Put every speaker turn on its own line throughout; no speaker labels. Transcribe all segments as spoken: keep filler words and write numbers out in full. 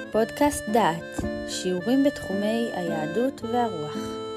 פודקאסט דעת, שיעורים בתחומי היהדות והרוח.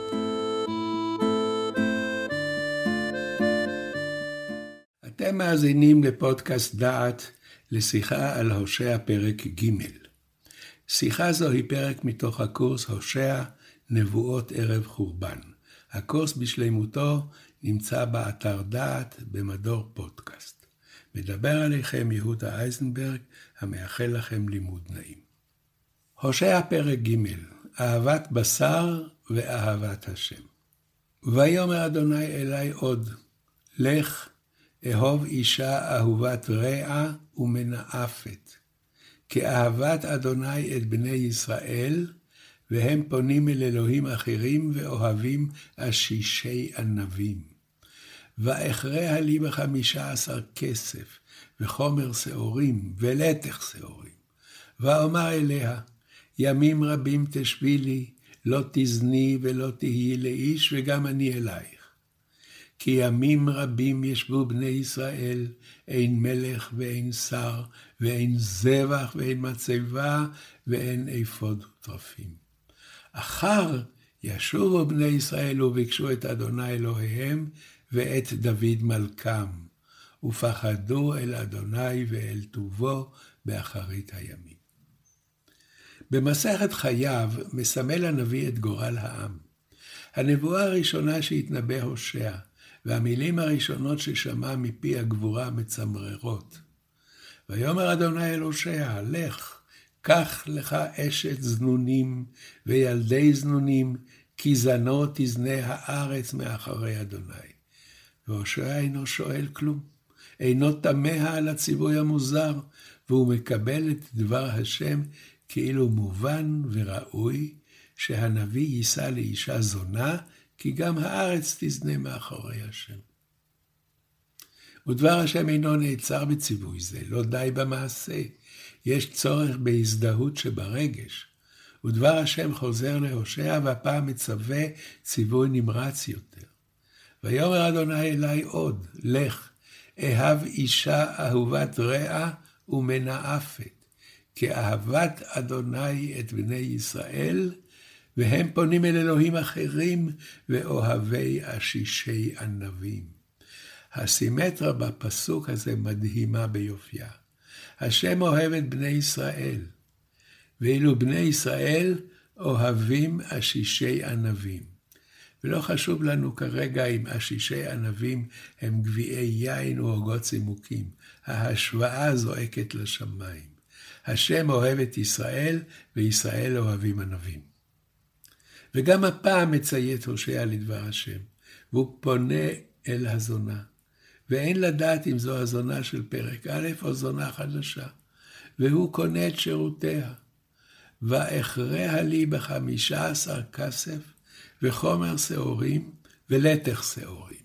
אתם מאזינים לפודקאסט דעת, לשיחה על הושע פרק ג'. שיחה זו היא פרק מתוך הקורס הושע נבואות ערב חורבן. הקורס בשלמותו נמצא באתר דעת במדור פודקאסט. מדבר עליכם יהודה אייזנברג, המאחל לכם לימוד נעים. הושע פרק ג', אהבת בשר ואהבת השם. ויאמר אדוני אלי עוד, לך, אהוב אישה אהובת רע ומנאפת, כי אהבת אדוני את בני ישראל, והם פונים אל אלוהים אחרים ואוהבים אשישי ענבים. ואכרה לי בחמישה עשר כסף, וחומר שעורים, ולתך שעורים. ואומר אליה, ימים רבים תשבי לי, לא תזני ולא תהי לאיש, וגם אני אלייך. כי ימים רבים ישבו בני ישראל, אין מלך ואין שר, ואין זבח ואין מצבה, ואין אפוד וטרפים. אחר ישובו בני ישראל וביקשו את אדוני אלוהיהם, ואת דוד מלכם, ופחדו אל אדוני ואל טובו באחרית הימים. במסכת חייו מסמל הנביא את גורל העם. הנבואה הראשונה שהתנבא הושע, והמילים הראשונות ששמע מפי הגבורה מצמררות. ויאמר אדוני אל הושע, לך, קח לך אשת זנונים וילדי זנונים, כי זנו תזנה הארץ מאחרי אדוני. והושע אינו שואל כלום, אינו תמה על הציווי המוזר, והוא מקבל את דבר השם כאילו מובן וראוי, שהנביא יישא לאישה זונה, כי גם הארץ תזנה מאחורי השם. ודבר השם אינו נעצר בציווי זה, לא די במעשה, יש צורך בהזדהות שברגש. ודבר השם חוזר להושע, והפעם מצווה ציווי נמרץ יותר. ויאמר אדוני אלי עוד, לך, אהב אישה אהובת רע ומנאפת, כי אהבת אדוני את בני ישראל, והם פונים אל אלוהים אחרים, ואוהבי אשישי ענבים. הסימטריה בפסוק הזה מדהימה ביופייה. השם אוהב את בני ישראל, ואילו בני ישראל אוהבים אשישי ענבים. ולא חשוב לנו כרגע אם אשישי ענבים הם גביעי יין או עוגות צימוקים. ההשוואה זועקת לשמיים. השם אוהב את ישראל, וישראל אוהבים ענבים. וגם הפעם מציית הושע לדבר השם, והוא פונה אל הזונה. ואין לדעת אם זו הזונה של פרק א' או זונה חדשה. והוא קונה את שירותיה. ואכרה לי בחמישה עשר כסף, וחומר שעורים, ולתך שעורים.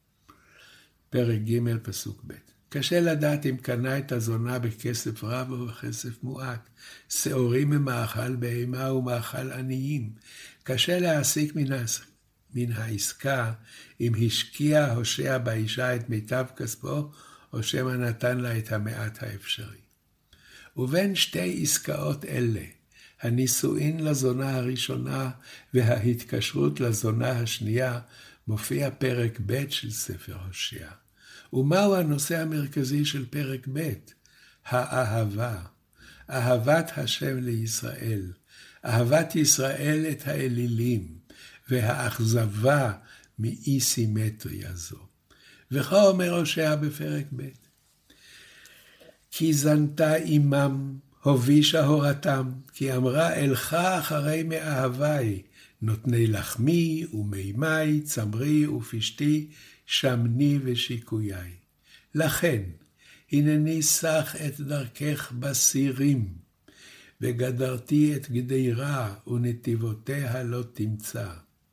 פרק ג' פסוק ב'. קשה לדעת אם קנה את הזונה בכסף רב או בכסף מועט. שעורים ממאכל בהמה ומאכל עניים. קשה להסיק מן, הס... מן העסקה אם השקיע הושע באישה את מיטב כספו, או שמא נתן לה את המעט האפשרי. ובין שתי עסקאות אלה, הנישואין לזונה הראשונה וההתקשרות לזונה השנייה, מופיע פרק ב' של ספר הושע. ומהו הנושא המרכזי של פרק ב'? האהבה. אהבת השם לישראל. אהבת ישראל את האלילים, והאכזבה מאי סימטריה זו. וכה אומר הושע בפרק ב'. כי זנתה עמם, הובישה הורתם, כי אמרה אלך אחרי מאהבי, נותני לחמי ומימי, צמרי ופשתי, שמני ושיקויי. לכן, הנני סח את דרכך בסירים, וגדרתי את גדירה, ונתיבותיה לא תמצא.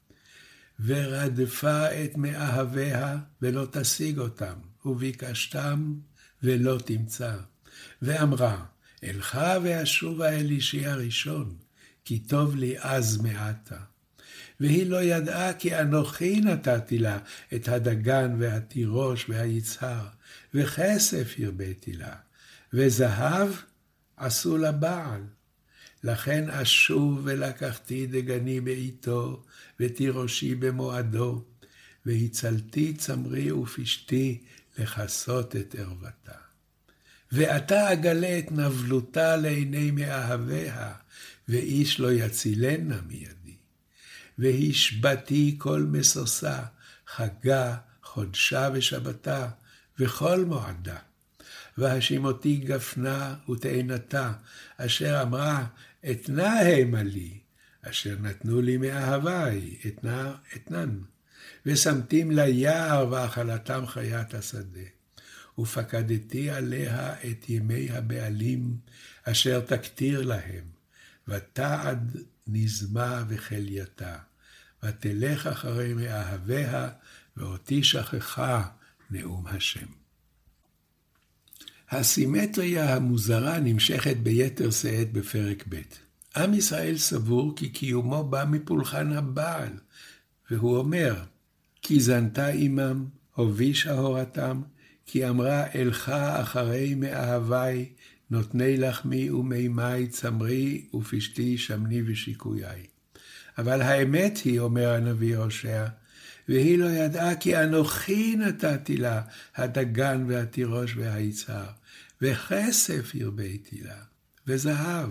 ורדפה את מאהביה, ולא תשיג אותם, וביקשתם, ולא תמצא. ואמרה, אלך ואשובה אל אישי הראשון, כי טוב לי אז מעתה. והיא לא ידעה כי אנוכי נתתי לה את הדגן והתירוש והיצהר, וכסף הרביתי לה, וזהב עשו לה בעל. לכן אשוב ולקחתי דגני בעיתו, ותירושי במועדו, והצלתי צמרי ופשתי לכסות את ערוותה. ועתה אגלה את נבלותה לעיני מאהביה, ואיש לא יצילנה מידי. והשבתי כל מסוסה, חגה, חודשה ושבתה, וכל מועדה. והשימותי גפנה ותאנתה, אשר אמרה, אתנה המה לי, אשר נתנו לי מאהבי, אתנה, אתנן. ושמתים לה יער ואכלתם חיית השדה. ופקדתי עליה את ימי הבעלים, אשר תקטיר להם, ותעד נזמה וחלייתה, ותלך אחרי מאהביה, ואותי שכחה נאום השם. הסימטריה המוזרה נמשכת ביתר שאת בפרק ב'. עם ישראל סבור כי קיומו בא מפולחן הבעל, והוא אומר, כי זנתה עמם, הובישה הורתם, כי אמרה אלך אחרי מאהבי, נותני לחמי ומימי, צמרי ופשתי שמני ושיקויי. אבל האמת היא, אומר הנביא הושע, והיא לא ידעה כי אנוכי נתתי לה הדגן והתירוש והיצהר, וכסף הרביתי לה, וזהב.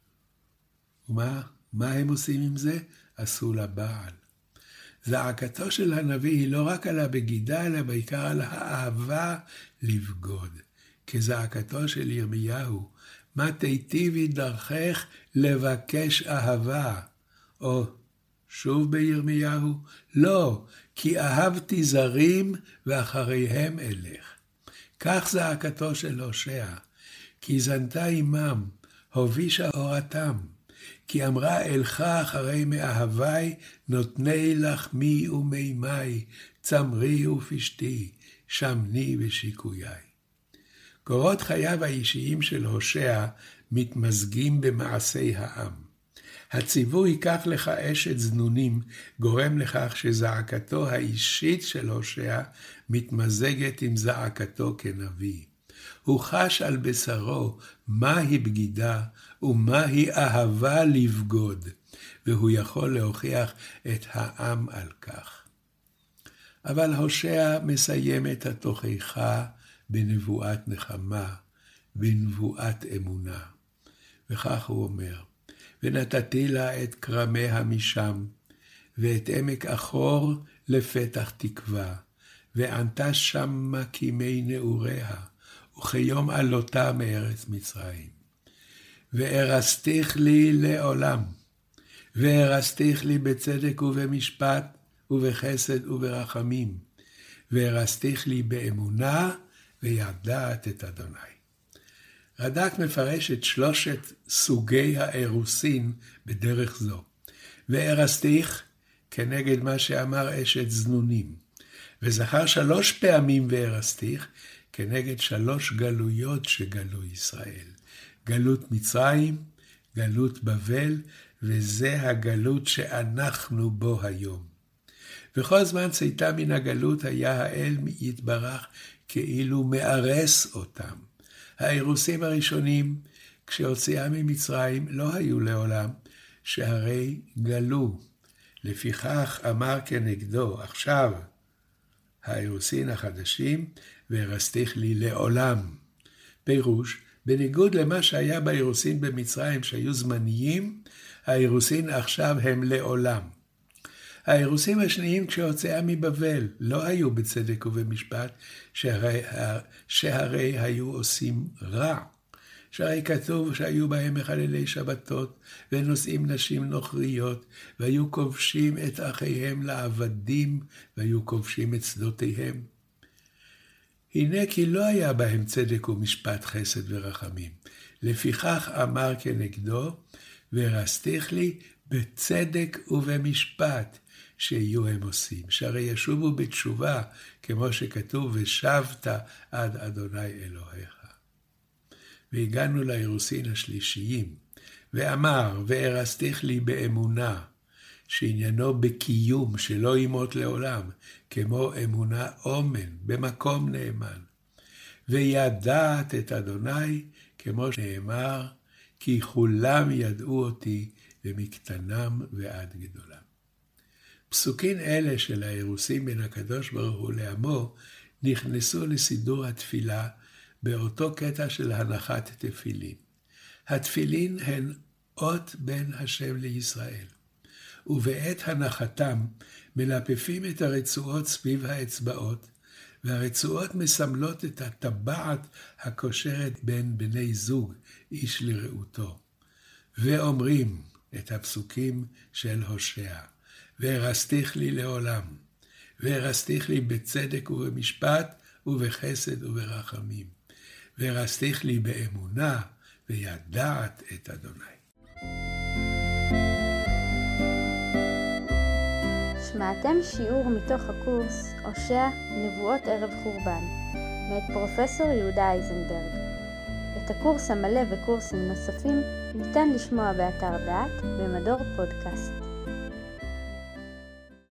ומה מה הם עושים עם זה? עשו לה בעל. זעקתו של הנביא היא לא רק על הבגידה, אלא בעיקר על האהבה לבגוד. כזעקתו של ירמיהו, מה תיטיבי דרכך לבקש אהבה? או שוב בירמיהו, לא, כי אהבתי זרים ואחריהם אלך. כך זעקתו של הושע, כי זנתה עמם, הובישה אורתם. כי אמרה אלך אחרי מאהבי, נותני לחמי ומימי, צמרי ופשתי, שמני ושיקויי. קורות חייו האישיים של הושע מתמזגים במעשי העם. הציווי קח לך אשת זנונים גורם לכך שזעקתו האישית של הושע מתמזגת עם זעקתו כנביא. הוא חש על בשרו מהי בגידה ומהי אהבה לבגוד, והוא יכול להוכיח את העם על כך. אבל הושע מסיים את התוכחה בנבואת נחמה, בנבואת אמונה. וכך הוא אומר, ונתתי לה את קרמיה משם, ואת עמק אחור לפתח תקווה, וענתה שמה כימי נעוריה, וכיום עלותה מארץ מצרים. וארסתיך לי לעולם, וארסתיך לי בצדק ובמשפט, ובחסד וברחמים, וארסתיך לי באמונה, וידעת את אדוני. רד"ק מפרש את שלושת סוגי האירוסין בדרך זו. וארסתיך כנגד מה שאמר אשת זנונים, וזכר שלוש פעמים וארסתיך כנגד שלוש גלויות שגלו ישראל. גלות מצרים, גלות בבל, וזה הגלות שאנחנו בו היום. וכל זמן צאתה מן הגלות היה האל יתברך כאילו מארס אותם. האירוסים הראשונים, כשהוציאה ממצרים, לא היו לעולם, שהרי גלו. לפיכך אמר כנגדו, עכשיו, האירוסין החדשים, וארסתיך לי לעולם. פירוש, בניגוד למה שהיה באירוסין במצרים, שהיו זמניים, האירוסין עכשיו הם לעולם. האירוסים השניים כשהוצאה מבבל לא היו בצדק ובמשפט, שהרי, שהרי היו עושים רע. שהרי כתוב שהיו בהם מחללי שבתות, ונושאים נשים נוכריות, והיו כובשים את אחיהם לעבדים, והיו כובשים את שדותיהם. הנה כי לא היה בהם צדק ומשפט, חסד ורחמים. לפיכך אמר כנגדו, וארסתיך לי בצדק ובמשפט, שיהיו הם עושים. שהרי ישובו בתשובה, כמו שכתוב, ושבת עד אדוני אלוהיך. והגענו לאירוסין השלישיים, ואמר, וארסתיך לי באמונה, שעניינו בקיום שלא ימות לעולם, כמו אמונה אומן, במקום נאמן. וידעת את אדוני, כמו שנאמר, כי כולם ידעו אותי ומקטנם ועד גדולם. פסוקים אלה של האירוסין בין הקדוש ברוך הוא לעמו נכנסו לסידור התפילה באותו קטע של הנחת תפילין. התפילין הן אות בין השם לישראל, ובעת הנחתם מלפפים את הרצועות סביב האצבעות, והרצועות מסמלות את הטבעת הקושרת בין בני זוג, איש לרעותו. ואומרים את הפסוקים של הושע, והרסתיך לי לעולם, והרסתיך לי בצדק ובמשפט ובחסד וברחמים, והרסתיך לי באמונה וידעת את אדוני.
שמעתם שיעור מתוך הקורס הושע נבואות ערב חורבן מאת פרופסור יהודה אייזנברג. את הקורס המלא וקורסים נוספים ניתן לשמוע באתר דעת במדור פודקאסט.